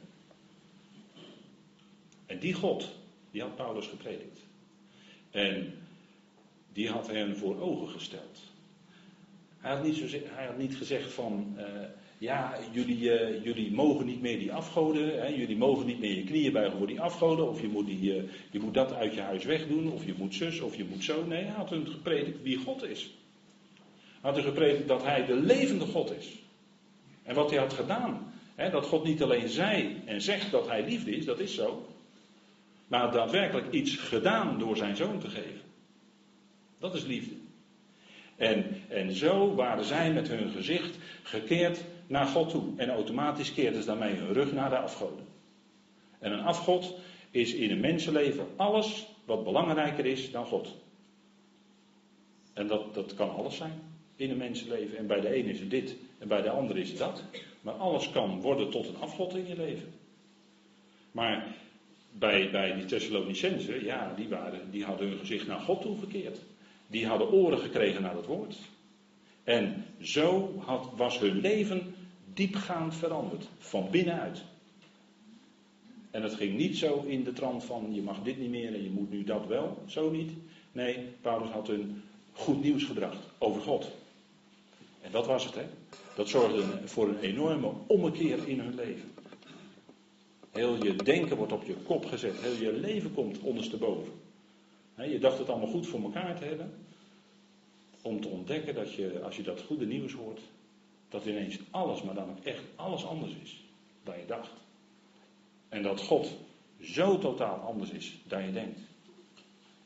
En die God, die had Paulus gepredikt. En die had hen voor ogen gesteld. Hij had niet gezegd van, jullie mogen niet meer die afgoden, hè, jullie mogen niet meer je knieën buigen voor die afgoden, of je moet dat uit je huis wegdoen, of je moet zus, of je moet zo. Nee, hij had hun gepredikt wie God is. Hij had hun gepredikt dat hij de levende God is. En wat hij had gedaan, hè, dat God niet alleen zei en zegt dat hij liefde is, dat is zo. Maar daadwerkelijk iets gedaan door zijn zoon te geven. Dat is liefde. En zo waren zij met hun gezicht gekeerd naar God toe. En automatisch keerden ze daarmee hun rug naar de afgoden. En een afgod is in een mensenleven alles wat belangrijker is dan God. En dat kan alles zijn in een mensenleven. En bij de ene is het dit en bij de andere is het dat. Maar alles kan worden tot een afgod in je leven. Maar bij die Thessalonicenzen, ja, die hadden hun gezicht naar God toegekeerd. Die hadden oren gekregen naar het woord. En zo was hun leven diepgaand veranderd. Van binnenuit. En het ging niet zo in de trant van je mag dit niet meer en je moet nu dat wel. Zo niet. Nee, Paulus had hun goed nieuws gebracht over God. En dat was het, hè. Dat zorgde voor een enorme ommekeer in hun leven. Heel je denken wordt op je kop gezet. Heel je leven komt ondersteboven. Je dacht het allemaal goed voor elkaar te hebben. Om te ontdekken dat je, als je dat goede nieuws hoort, dat ineens alles, maar dan ook echt alles anders is dan je dacht. En dat God zo totaal anders is dan je denkt.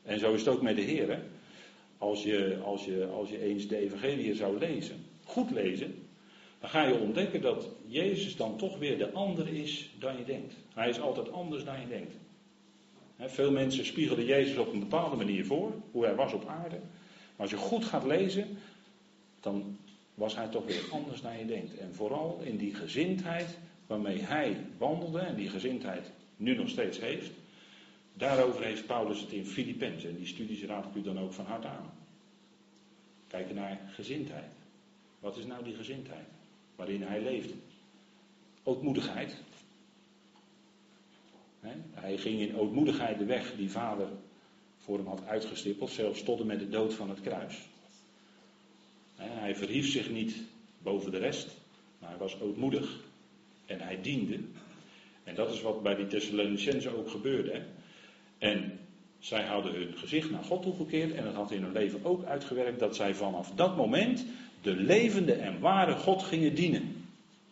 En zo is het ook met de Heer. Hè? Als je eens de evangelie zou lezen, goed lezen, dan ga je ontdekken dat Jezus dan toch weer de ander is dan je denkt. Hij is altijd anders dan je denkt. Veel mensen spiegelen Jezus op een bepaalde manier voor, hoe hij was op aarde. Maar als je goed gaat lezen, dan was hij toch weer anders dan je denkt. En vooral in die gezindheid waarmee hij wandelde, en die gezindheid nu nog steeds heeft. Daarover heeft Paulus het in Filippenzen. En die studies raad ik u dan ook van harte aan. Kijken naar gezindheid. Wat is nou die gezindheid? Waarin hij leefde. Ootmoedigheid. Hij ging in ootmoedigheid de weg die vader voor hem had uitgestippeld. Zelfs tot en met de dood van het kruis. Hij verhief zich niet boven de rest. Maar hij was ootmoedig. En hij diende. En dat is wat bij die Thessalonicenzen ook gebeurde. Hè? En zij hadden hun gezicht naar God toegekeerd. En het had in hun leven ook uitgewerkt dat zij vanaf dat moment de levende en ware God gingen dienen.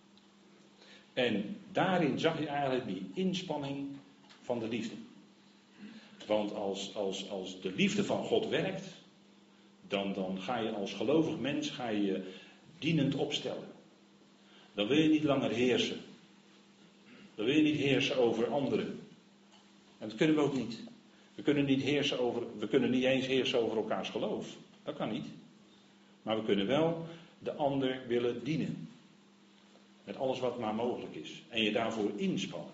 En daarin zag je eigenlijk die inspanning van de liefde. Want als de liefde van God werkt, dan ga je als gelovig mens je dienend opstellen. Dan wil je niet langer heersen. Dan wil je niet heersen over anderen. En dat kunnen we ook niet. We kunnen niet eens heersen over elkaars geloof. Dat kan niet. Maar we kunnen wel de ander willen dienen. Met alles wat maar mogelijk is. En je daarvoor inspannen.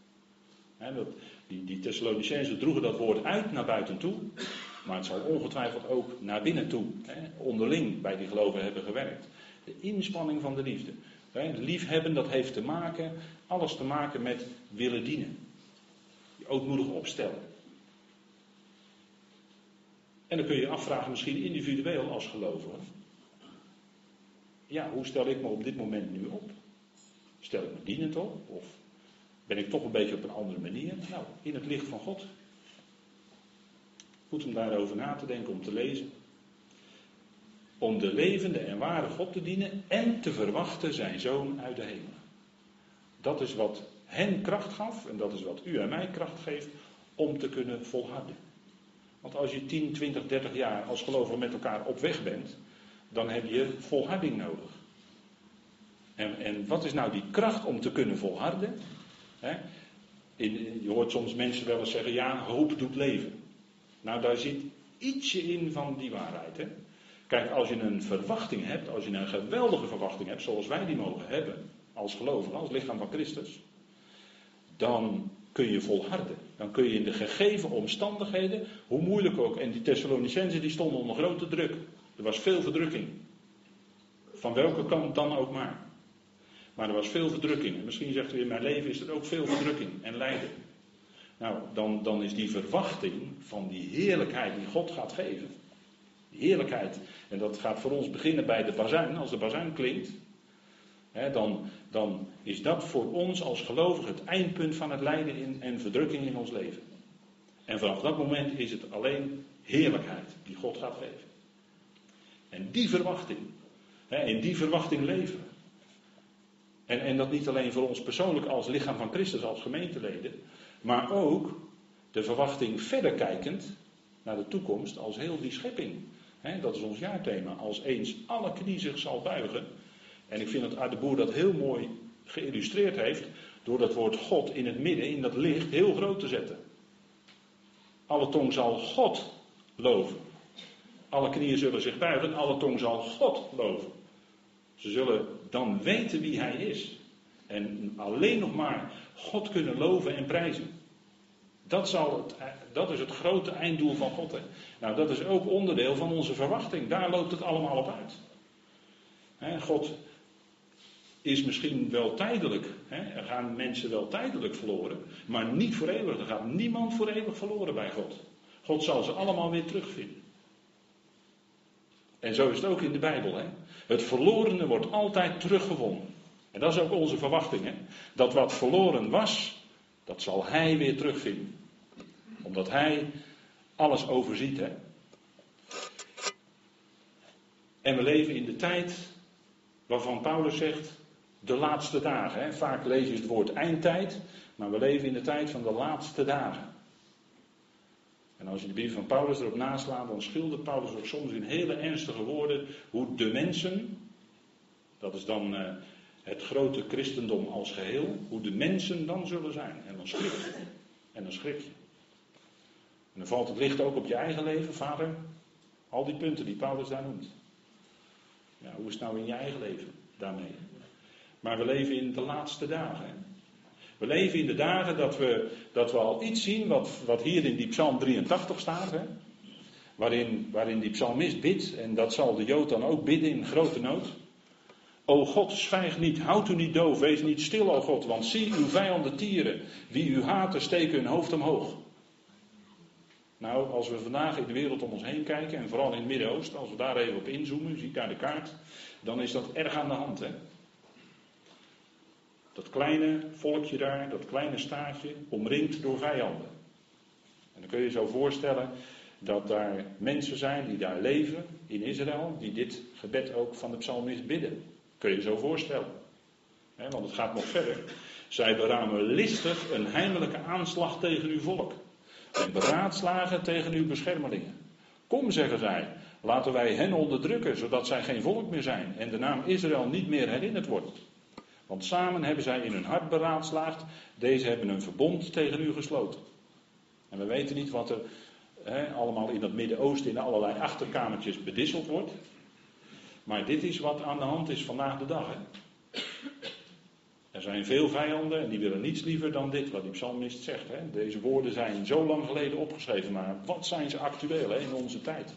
Die Thessalonicenzen droegen dat woord uit naar buiten toe. Maar het zal ongetwijfeld ook naar binnen toe. Onderling bij die gelovigen hebben gewerkt. De inspanning van de liefde. Liefhebben, dat heeft alles te maken met willen dienen. Je ootmoedig opstellen. En dan kun je je afvragen, misschien individueel als gelovige. Ja, hoe stel ik me op dit moment nu op? Stel ik me dienend op? Of ben ik toch een beetje op een andere manier? Nou, in het licht van God. Goed om daarover na te denken, om te lezen. Om de levende en ware God te dienen en te verwachten zijn Zoon uit de hemel. Dat is wat hen kracht gaf en dat is wat u en mij kracht geeft om te kunnen volharden. Want als je 10, 20, 30 jaar als gelovige met elkaar op weg bent, dan heb je volharding nodig. En wat is nou die kracht om te kunnen volharden? Je hoort soms mensen wel eens zeggen, ja, hoop doet leven. Nou, daar zit ietsje in van die waarheid. Hè? Kijk, als je een verwachting hebt, als je een geweldige verwachting hebt, zoals wij die mogen hebben, als gelovigen, als lichaam van Christus, dan kun je volharden. Dan kun je in de gegeven omstandigheden, hoe moeilijk ook, en die Thessalonicenzen die stonden onder grote druk. Er was veel verdrukking. Van welke kant dan ook maar. Maar er was veel verdrukking. En misschien zegt u, in mijn leven is er ook veel verdrukking en lijden. Nou, dan is die verwachting van die heerlijkheid die God gaat geven. Die heerlijkheid. En dat gaat voor ons beginnen bij de bazuin. Als de bazuin klinkt. Dan is dat voor ons als gelovigen het eindpunt van het lijden en verdrukking in ons leven. En vanaf dat moment is het alleen heerlijkheid die God gaat geven. En die verwachting. In die verwachting leven. En dat niet alleen voor ons persoonlijk als lichaam van Christus, als gemeenteleden. Maar ook de verwachting verder kijkend naar de toekomst als heel die schepping. Dat is ons jaarthema. Als eens alle knie zich zal buigen. En ik vind dat Aart de Boer dat heel mooi geïllustreerd heeft. Door dat woord God in het midden, in dat licht, heel groot te zetten. Alle tong zal God loven. Alle knieën zullen zich buigen, alle tong zal God loven. Ze zullen dan weten wie hij is. En alleen nog maar God kunnen loven en prijzen. Dat is het grote einddoel van God. Hè? Nou, dat is ook onderdeel van onze verwachting. Daar loopt het allemaal op uit. God is misschien wel tijdelijk. Er gaan mensen wel tijdelijk verloren. Maar niet voor eeuwig. Er gaat niemand voor eeuwig verloren bij God. God zal ze allemaal weer terugvinden. En zo is het ook in de Bijbel. Hè? Het verlorene wordt altijd teruggewonnen. En dat is ook onze verwachting. Hè? Dat wat verloren was, dat zal hij weer terugvinden. Omdat hij alles overziet. Hè? En we leven in de tijd waarvan Paulus zegt, de laatste dagen. Hè? Vaak lees je het woord eindtijd, maar we leven in de tijd van de laatste dagen. En als je de brief van Paulus erop naslaat, dan schildert Paulus ook soms in hele ernstige woorden hoe de mensen, dat is dan het grote christendom als geheel, hoe de mensen dan zullen zijn. En dan schrik je. En dan schrik je. En dan valt het licht ook op je eigen leven, vader. Al die punten die Paulus daar noemt. Ja, hoe is het nou in je eigen leven daarmee? Maar we leven in de laatste dagen. Hè? We leven in de dagen dat we al iets zien wat hier in die psalm 83 staat. Hè? Waarin die psalmist bidt. En dat zal de Jood dan ook bidden in grote nood. O God, zwijg niet, houd u niet doof, wees niet stil, o God. Want zie uw vijanden tieren. Wie u haten, steken hun hoofd omhoog. Nou, als we vandaag in de wereld om ons heen kijken. En vooral in het Midden-Oosten, als we daar even op inzoomen. U ziet daar de kaart. Dan is dat erg aan de hand, hè. Dat kleine volkje daar, dat kleine staatje, omringd door vijanden. En dan kun je je zo voorstellen dat daar mensen zijn die daar leven, in Israël, die dit gebed ook van de psalmist bidden. Kun je je zo voorstellen. Want het gaat nog verder. Zij beramen listig een heimelijke aanslag tegen uw volk. En beraadslagen tegen uw beschermelingen. Kom, zeggen zij, laten wij hen onderdrukken, zodat zij geen volk meer zijn. En de naam Israël niet meer herinnerd wordt. Want samen hebben zij in hun hart beraadslaagd. Deze hebben een verbond tegen u gesloten. En we weten niet wat er allemaal in dat Midden-Oosten in allerlei achterkamertjes bedisseld wordt. Maar dit is wat aan de hand is vandaag de dag. Hè? Er zijn veel vijanden en die willen niets liever dan dit wat die psalmist zegt. Hè? Deze woorden zijn zo lang geleden opgeschreven, maar wat zijn ze actueel in onze tijd?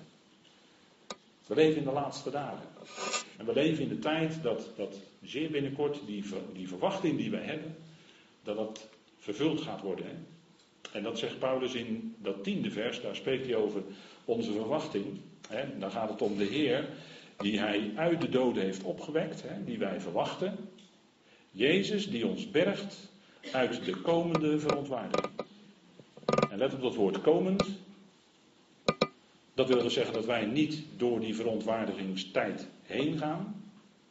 We leven in de laatste dagen. En we leven in de tijd dat zeer binnenkort die verwachting die wij hebben, dat vervuld gaat worden. Hè? En dat zegt Paulus in dat 10e vers, daar spreekt hij over onze verwachting. Hè? Daar gaat het om de Heer die hij uit de doden heeft opgewekt, hè? Die wij verwachten. Jezus die ons bergt uit de komende verontwaardiging. En let op dat woord komend. Dat wil dus zeggen dat wij niet door die verontwaardigingstijd heen gaan.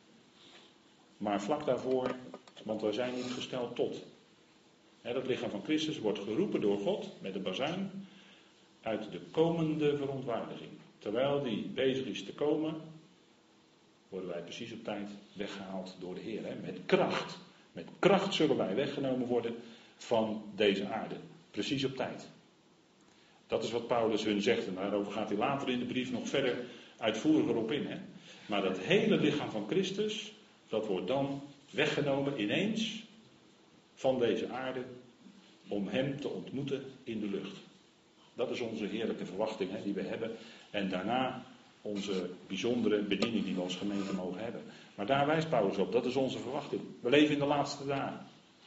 Maar vlak daarvoor, want wij zijn niet gesteld tot. Dat lichaam van Christus wordt geroepen door God met de bazuin uit de komende verontwaardiging. Terwijl die bezig is te komen, worden wij precies op tijd weggehaald door de Heer. Met kracht. Met kracht zullen wij weggenomen worden van deze aarde. Precies op tijd. Dat is wat Paulus hun zegt. En daarover gaat hij later in de brief nog verder uitvoeriger op in. Hè? Maar dat hele lichaam van Christus, dat wordt dan weggenomen ineens van deze aarde om hem te ontmoeten in de lucht. Dat is onze heerlijke verwachting die we hebben. En daarna onze bijzondere bediening die we als gemeente mogen hebben. Maar daar wijst Paulus op, dat is onze verwachting. We leven in de laatste dagen.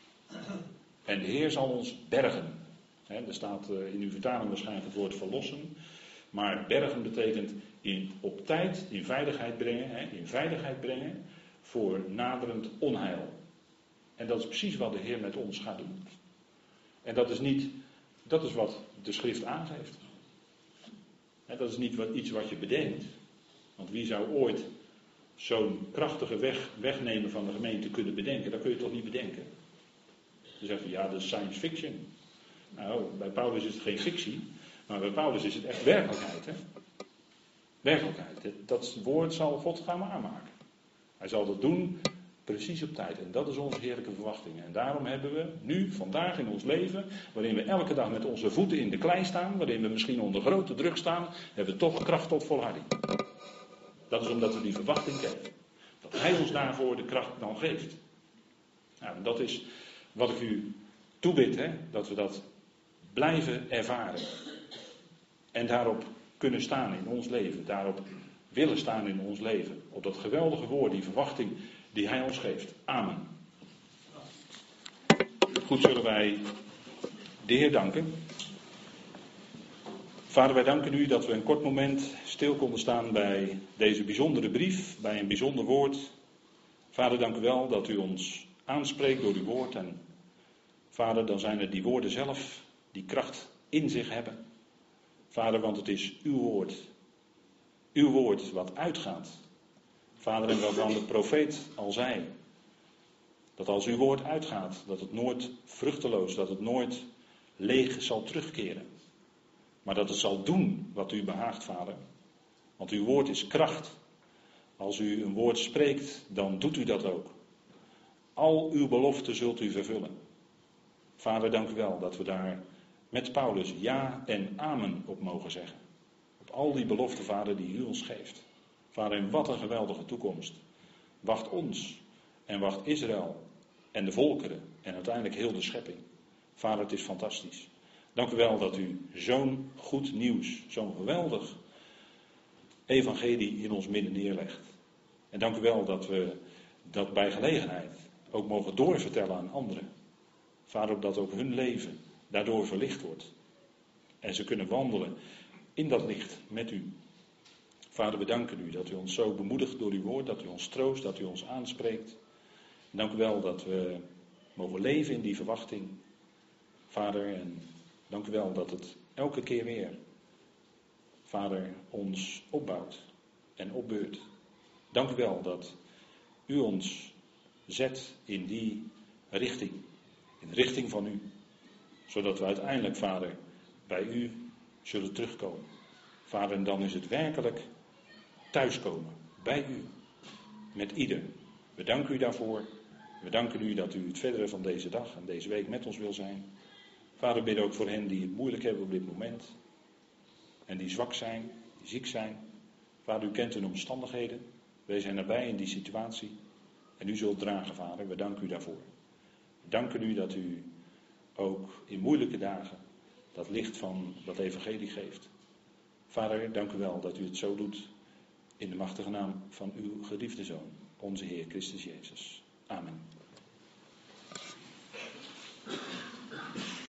En de Heer zal ons bergen. Er staat in uw vertaling waarschijnlijk het woord verlossen. Maar bergen betekent op tijd in veiligheid brengen. In veiligheid brengen voor naderend onheil. En dat is precies wat de Heer met ons gaat doen. En dat is wat de schrift aangeeft. Dat is niet iets wat je bedenkt. Want wie zou ooit zo'n krachtige wegnemen van de gemeente kunnen bedenken? Dat kun je toch niet bedenken? Dan zeggen we, ja, dat is science fiction. Nou, bij Paulus is het geen fictie, maar bij Paulus is het echt werkelijkheid. Hè? Werkelijkheid. Dat woord zal God gaan waarmaken. Hij zal dat doen precies op tijd. En dat is onze heerlijke verwachting. En daarom hebben we nu, vandaag in ons leven, waarin we elke dag met onze voeten in de klei staan, waarin we misschien onder grote druk staan, hebben we toch kracht tot volharding. Dat is omdat we die verwachting kennen. Dat Hij ons daarvoor de kracht dan geeft. Nou, en dat is wat ik u toebid, dat we dat blijven ervaren. En daarop kunnen staan in ons leven. Daarop willen staan in ons leven. Op dat geweldige woord, die verwachting die Hij ons geeft. Amen. Goed, zullen wij de Heer danken. Vader, wij danken u dat we een kort moment stil konden staan bij deze bijzondere brief, bij een bijzonder woord. Vader, dank u wel dat u ons aanspreekt door uw woord. En Vader, dan zijn het die woorden zelf die kracht in zich hebben. Vader, want het is uw woord. Uw woord wat uitgaat. Vader, en waarvan de profeet al zei. Dat als uw woord uitgaat, dat het nooit vruchteloos, dat het nooit leeg zal terugkeren. Maar dat het zal doen wat u behaagt, Vader. Want uw woord is kracht. Als u een woord spreekt, dan doet u dat ook. Al uw beloften zult u vervullen. Vader, dank u wel dat we daar met Paulus ja en amen op mogen zeggen. Op al die beloften, Vader, die u ons geeft. Vader, en wat een geweldige toekomst. Wacht ons en wacht Israël en de volkeren en uiteindelijk heel de schepping. Vader, het is fantastisch. Dank u wel dat u zo'n goed nieuws, zo'n geweldig evangelie in ons midden neerlegt. En dank u wel dat we dat bij gelegenheid ook mogen doorvertellen aan anderen. Vader, opdat ook hun leven daardoor verlicht wordt. En ze kunnen wandelen in dat licht met u. Vader, we danken u dat u ons zo bemoedigt door uw woord, dat u ons troost, dat u ons aanspreekt. Dank u wel dat we mogen leven in die verwachting. Vader, en dank u wel dat het elke keer weer, Vader, ons opbouwt en opbeurt. Dank u wel dat u ons zet in die richting, in de richting van u. Zodat we uiteindelijk, Vader, bij u zullen terugkomen. Vader, en dan is het werkelijk thuiskomen, bij u, met ieder. We danken u daarvoor. We danken u dat u het verdere van deze dag en deze week met ons wil zijn. Vader, bid ook voor hen die het moeilijk hebben op dit moment. En die zwak zijn, die ziek zijn. Vader, u kent hun omstandigheden. Wij zijn erbij in die situatie. En u zult dragen, Vader. We danken u daarvoor. We danken u dat u ook in moeilijke dagen dat licht van dat evangelie geeft. Vader, dank u wel dat u het zo doet in de machtige naam van uw geliefde Zoon, onze Heer Christus Jezus. Amen.